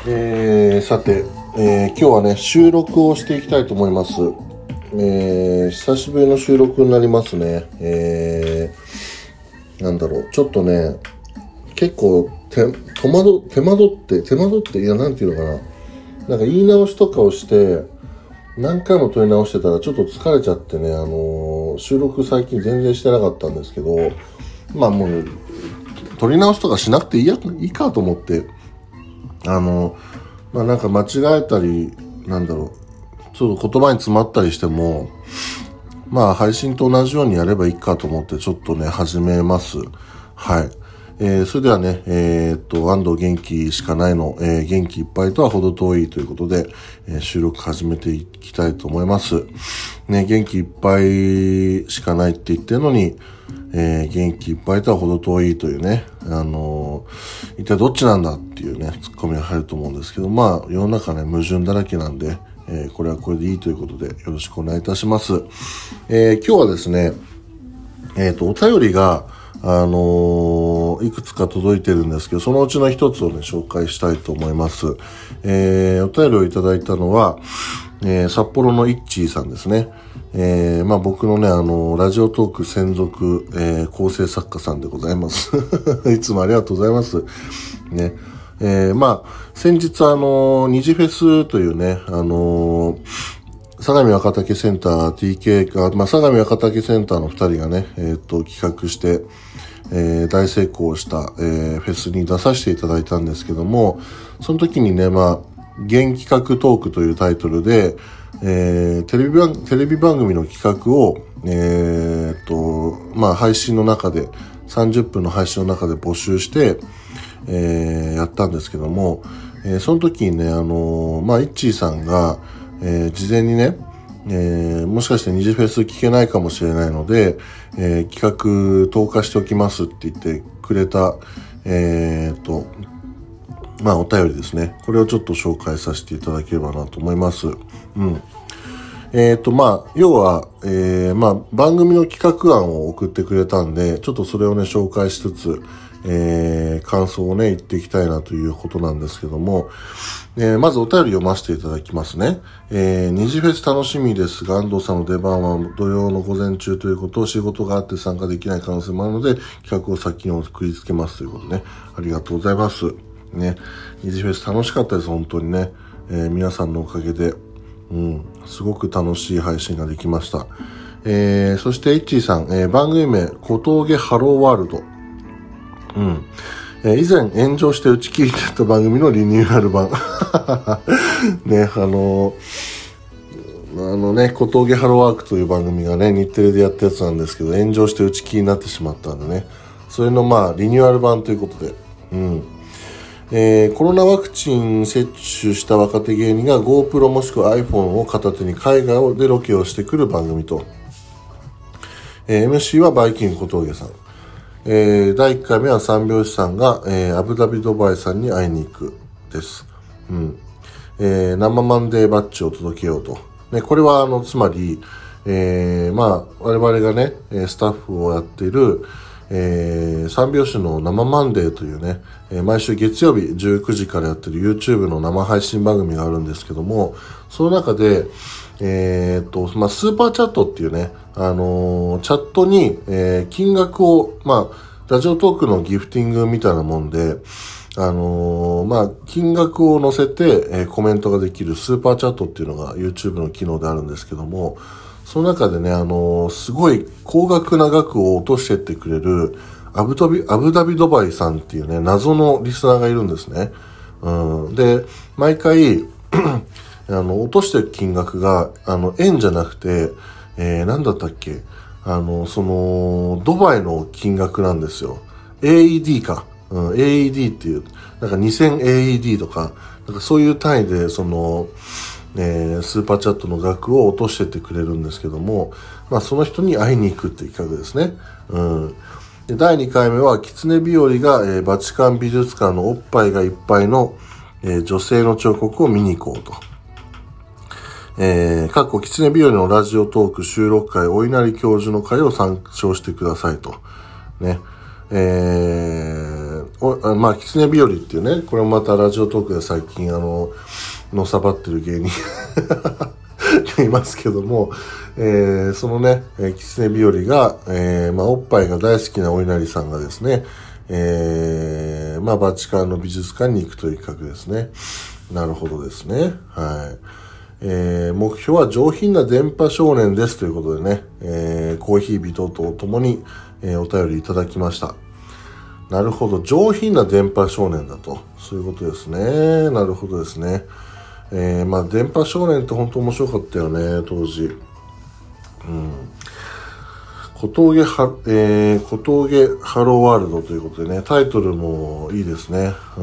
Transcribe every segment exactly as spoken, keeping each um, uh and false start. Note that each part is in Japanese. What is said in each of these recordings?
えー、さて、えー、今日はね収録をしていきたいと思います。えー、久しぶりの収録になりますね。えー、なんだろうちょっとね結構手戸惑手間取って手間取っていやなんていうのかななんか言い直しとかをして何回も撮り直してたらちょっと疲れちゃってね、あのー、収録最近全然してなかったんですけど、まあもう撮り直しとかしなくていいやいいかと思って。あの、まあ、なんか間違えたり、なんだろう、ちょっと言葉に詰まったりしても、まあ、配信と同じようにやればいいかと思って、ちょっとね、始めます。はい。えー、それではね、えー、っと、安藤元気しかないの、えー、元気いっぱいとは程遠いということで、えー、収録始めていきたいと思います。ね、元気いっぱいしかないって言ってるのに、えー、元気いっぱいとは程遠いというね、あのー、一体どっちなんだっていうね、ツッコミが入ると思うんですけど、まあ、世の中ね、矛盾だらけなんで、えー、これはこれでいいということで、よろしくお願いいたします。えー、今日はですね、えっと、お便りが、あのー、いくつか届いてるんですけど、そのうちの一つをね、紹介したいと思います。えー、お便りをいただいたのは、えー、札幌のイッチーさんですね。えー、まあ僕のね、あのー、ラジオトーク専属、えー、構成作家さんでございます。いつもありがとうございます。ね。えー、まあ、先日あのー、二次フェスというね、あのー、相模若竹センター ティーケー が、まあ、相模若竹センターの二人がね、えっと、企画して、えー、大成功した、えー、フェスに出させていただいたんですけども、その時にね、まあ、現企画トークというタイトルで、えー、テレビ番、テレビ番組の企画を、えー、っと、まあ、配信の中で、さんじゅっぷんの配信の中で募集して、えー、やったんですけども、えー、その時にね、あのー、まあ、イッチーさんが、えー、事前にね、えー、もしかして二次フェス聞けないかもしれないので、えー、企画投下しておきますって言ってくれた、えー、と、まあお便りですね。これをちょっと紹介させていただければなと思います。うん。えー、と、まあ、要は、えー、まあ、番組の企画案を送ってくれたんで、ちょっとそれをね、紹介しつつ、えー、感想をね、言っていきたいなということなんですけども、えー、まずお便り読ませていただきますね。えー、二次フェス楽しみですが、安藤さんの出番は土曜の午前中ということを仕事があって参加できない可能性もあるので、企画を先に送りつけますということね。ありがとうございます。ね。二次フェス楽しかったです、本当にね。えー、皆さんのおかげで、うん、すごく楽しい配信ができました。えー、そして、イッチーさん、えー、番組名、小峠ハローワールド。うん。えー、以前炎上して打ち切りだった番組のリニューアル版。ね、あのー、あのね、小峠ハローワークという番組がね、日テレでやったやつなんですけど、炎上して打ち切りになってしまったんでね。それのまあ、リニューアル版ということで。うん。えー、コロナワクチン接種した若手芸人が GoPro もしくは iPhone を片手に海外でロケをしてくる番組と、えー、エムシー はバイキング小峠さん、えー、だいいっかいめは三拍子さんが、えー、アブダビドバイさんに会いに行くです。うん。えー、生マンデーバッジを届けようと。ね、これはあの、つまり、えー、まあ、我々がね、スタッフをやっている、えー、三拍子の生マンデーというね、えー、毎週月曜日じゅうくじからやってる YouTube の生配信番組があるんですけども、その中で、えー、っと、まあ、スーパーチャットっていうね、あのー、チャットに、えー、金額を、まあ、ラジオトークのギフティングみたいなもんで、あのー、まあ、金額を載せて、えー、コメントができるスーパーチャットっていうのが YouTube の機能であるんですけども、その中でね、あのー、すごい高額な額を落としてってくれるアブダビ、アブダビドバイさんっていうね、謎のリスナーがいるんですね。うん。で、毎回、あの、落としてる金額が、あの、円じゃなくて、えー、なんだったっけあの、その、ドバイの金額なんですよ。エーイーディー か。うん、エーイーディー っていう、なんかにせんエーイーディー とか、なんかそういう単位で、その、えー、スーパーチャットの額を落としてってくれるんですけども、まあその人に会いに行くっていう企画ですね。うん。で、だいにかいめは、狐日和が、えー、バチカン美術館のおっぱいがいっぱいの、えー、女性の彫刻を見に行こうと。えー、かっこ狐日和のラジオトーク収録会、お稲荷教授の会を参照してくださいと。ね。えー、 おまあ狐日和っていうね、これもまたラジオトークで最近あののさばってる芸人がいますけども、えー、そのね、えー、狐日和が、えー、まあおっぱいが大好きなお稲荷さんがですね、えー、まあバチカンの美術館に行くという企画ですね。なるほどですね。はい。えー、目標は上品な電波少年ですということでね、えー、コーヒー人とともに、えー、お便りいただきました。なるほど、上品な電波少年だと、そういうことですね。なるほどですね。えー、まあ電波少年って本当面白かったよね、当時。うん。小峠は、えー、小峠ハローワールドということでね、タイトルもいいですね。うん。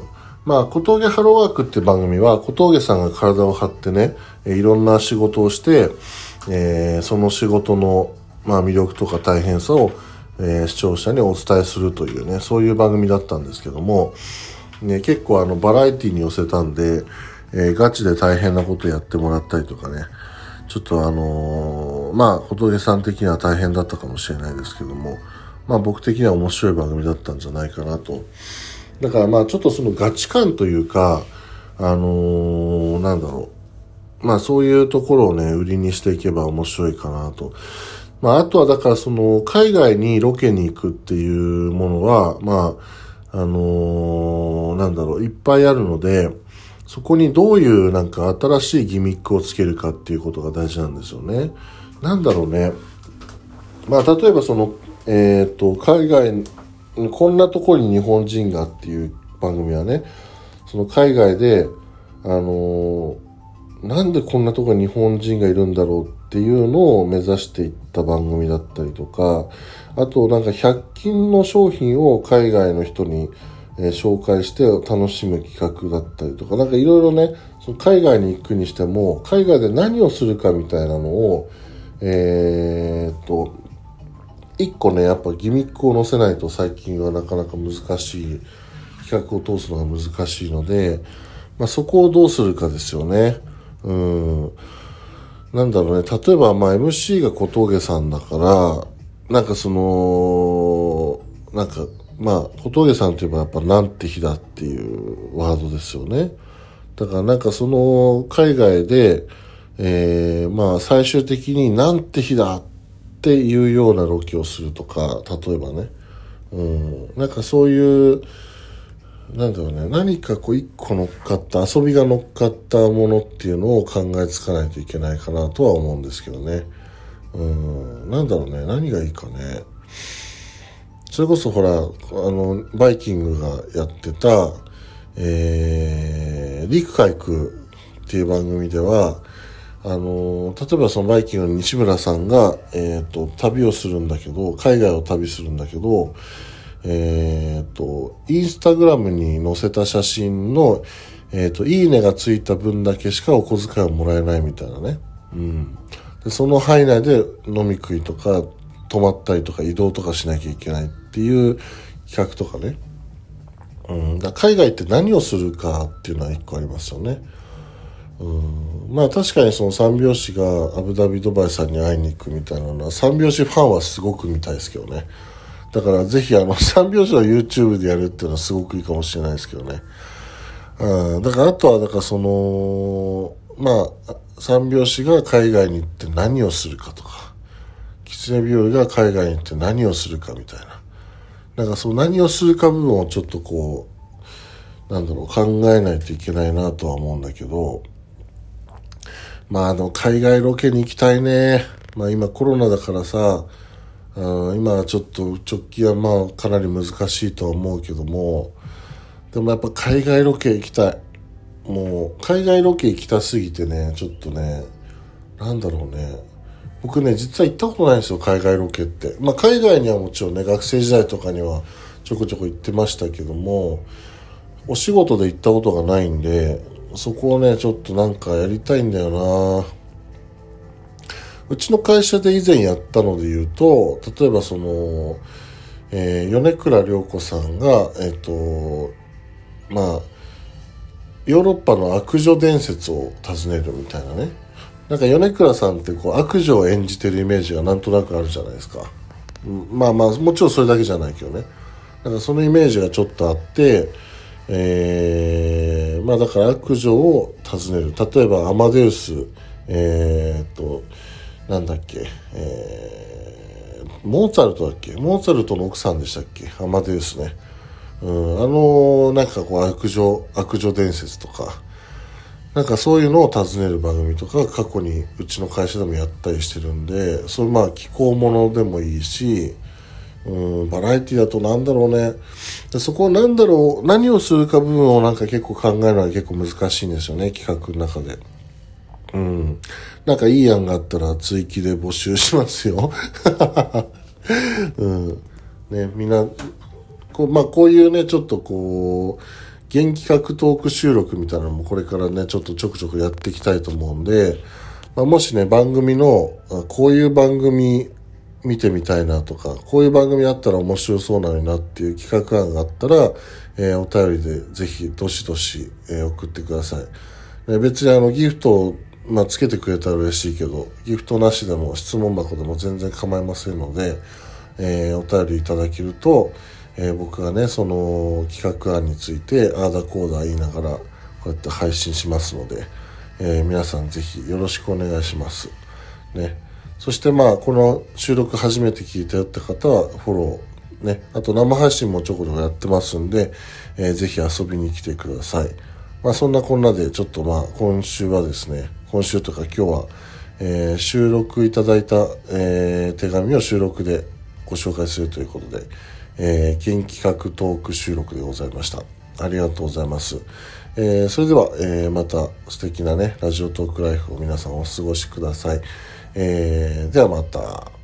まあ、小峠ハローワークっていう番組は、小峠さんが体を張ってね、いろんな仕事をして、えー、その仕事の、まあ、魅力とか大変さを、えー、視聴者にお伝えするというね、そういう番組だったんですけども、ね、結構あの、バラエティに寄せたんで、えー、ガチで大変なことやってもらったりとかね、ちょっとあのー、まあ、小峠さん的には大変だったかもしれないですけども、まあ僕的には面白い番組だったんじゃないかなと。だからまあちょっとそのガチ感というか、あのー、なんだろう。まあそういうところをね、売りにしていけば面白いかなと。まああとはだからその海外にロケに行くっていうものは、まあ、あのー、なんだろう、いっぱいあるので、そこにどういうなんか新しいギミックをつけるかっていうことが大事なんですよね。なんだろうね。まあ例えばその、えっと、海外、こんなところに日本人がっていう番組はね、その海外で、あのー、なんでこんなところに日本人がいるんだろうっていうのを目指していった番組だったりとか、あとなんかひゃく均の商品を海外の人に、えー、紹介して楽しむ企画だったりとか、なんかいろいろね、その海外に行くにしても、海外で何をするかみたいなのを、えーっと、一個ね、やっぱギミックを載せないと最近はなかなか難しい、企画を通すのが難しいので、まあそこをどうするかですよね。うん。なんだろうね、例えばまあ エムシー が小峠さんだから、なんかその、なんか、まあ小峠さんといえばやっぱなんて日だっていうワードですよね。だからなんかその海外で、えー、まあ最終的になんて日だっていうようなロケをするとか、例えばね、うん、なんかそういう、なんだろうね、何かこう一個乗っかった、遊びが乗っかったものっていうのを考えつかないといけないかなとは思うんですけどね。うん、なんだろうね、何がいいかね。それこそほら、あの、バイキングがやってた、えー、陸海空っていう番組では、あの例えばそのバイキングの西村さんが、えっと、旅をするんだけど、海外を旅するんだけど、えっと、インスタグラムに載せた写真の、えっと、いいねがついた分だけしかお小遣いをもらえないみたいなね。うん。で、その範囲内で飲み食いとか、泊まったりとか移動とかしなきゃいけないっていう企画とかね。うん。だ海外って何をするかっていうのは一個ありますよね。うん、まあ確かにその三拍子がアブダビドバイさんに会いに行くみたいなのは三拍子ファンはすごく見たいですけどね。だからぜひあの三拍子を YouTube でやるっていうのはすごくいいかもしれないですけどね。うん、だからあとはだからそのまあ三拍子が海外に行って何をするかとか、狐日和が海外に行って何をするかみたいな。なんかその何をするか部分をちょっとこうなんだろう考えないといけないなとは思うんだけど。まあ、あの、海外ロケに行きたいね。まあ今コロナだからさ、うん、今はちょっと直近はまあかなり難しいとは思うけども、でもやっぱ海外ロケ行きたい。もう、海外ロケ行きたすぎてね、ちょっとね、なんだろうね。僕ね、実は行ったことないんですよ、海外ロケって。まあ海外にはもちろんね、学生時代とかにはちょこちょこ行ってましたけども、お仕事で行ったことがないんで、そこをね、ちょっとなんかやりたいんだよな。うちの会社で以前やったので言うと、例えばその、えー、米倉涼子さんが、えっと、まあ、ヨーロッパの悪女伝説を尋ねるみたいなね。なんか米倉さんってこう悪女を演じてるイメージがなんとなくあるじゃないですか。まあまあ、もちろんそれだけじゃないけどね。 なんかそのイメージがちょっとあって、えー、まあだから悪女を訪ねる。例えばアマデウス、えー、っと、なんだっけ、えー、モーツァルトだっけモーツァルトの奥さんでしたっけアマデウスね。うん、あの、なんかこう悪女、悪女伝説とか、なんかそういうのを尋ねる番組とか過去にうちの会社でもやったりしてるんで、それまあ気候ものでもいいし、うん、バラエティだとなんだろうね。でそこをなんだろう、何をするか部分をなんか結構考えるのは結構難しいんですよね、企画の中で。うん。なんかいい案があったら追記で募集しますよ。うん。ね、みんな、こう、まあこういうね、ちょっとこう、現企画トーク収録みたいなのもこれからね、ちょっとちょくちょくやっていきたいと思うんで、まあ、もしね、番組の、こういう番組見てみたいなとか、こういう番組あったら面白そうなのになっていう企画案があったら、えー、お便りでぜひどしどし、えー、送ってください。ね、別にあのギフトを、まあ、つけてくれたら嬉しいけど、ギフトなしでも質問箱でも全然構いませんので、えー、お便りいただけると、えー、僕がね、その企画案について、あーだこーだ言いながら、こうやって配信しますので、えー、皆さんぜひよろしくお願いします。ね。そしてまあ、この収録初めて聞いたよって方は、フォロー、ね。あと生配信もちょこちょこやってますんで、えー、ぜひ遊びに来てください。まあ、そんなこんなで、ちょっとまあ、今週はですね、今週とか今日は、えー、収録いただいた、えー、手紙を収録でご紹介するということで、えー、現企画トーク収録でございました。ありがとうございます。えー、それでは、えー、また素敵なね、ラジオトークライフを皆さんお過ごしください。えー、ではまた。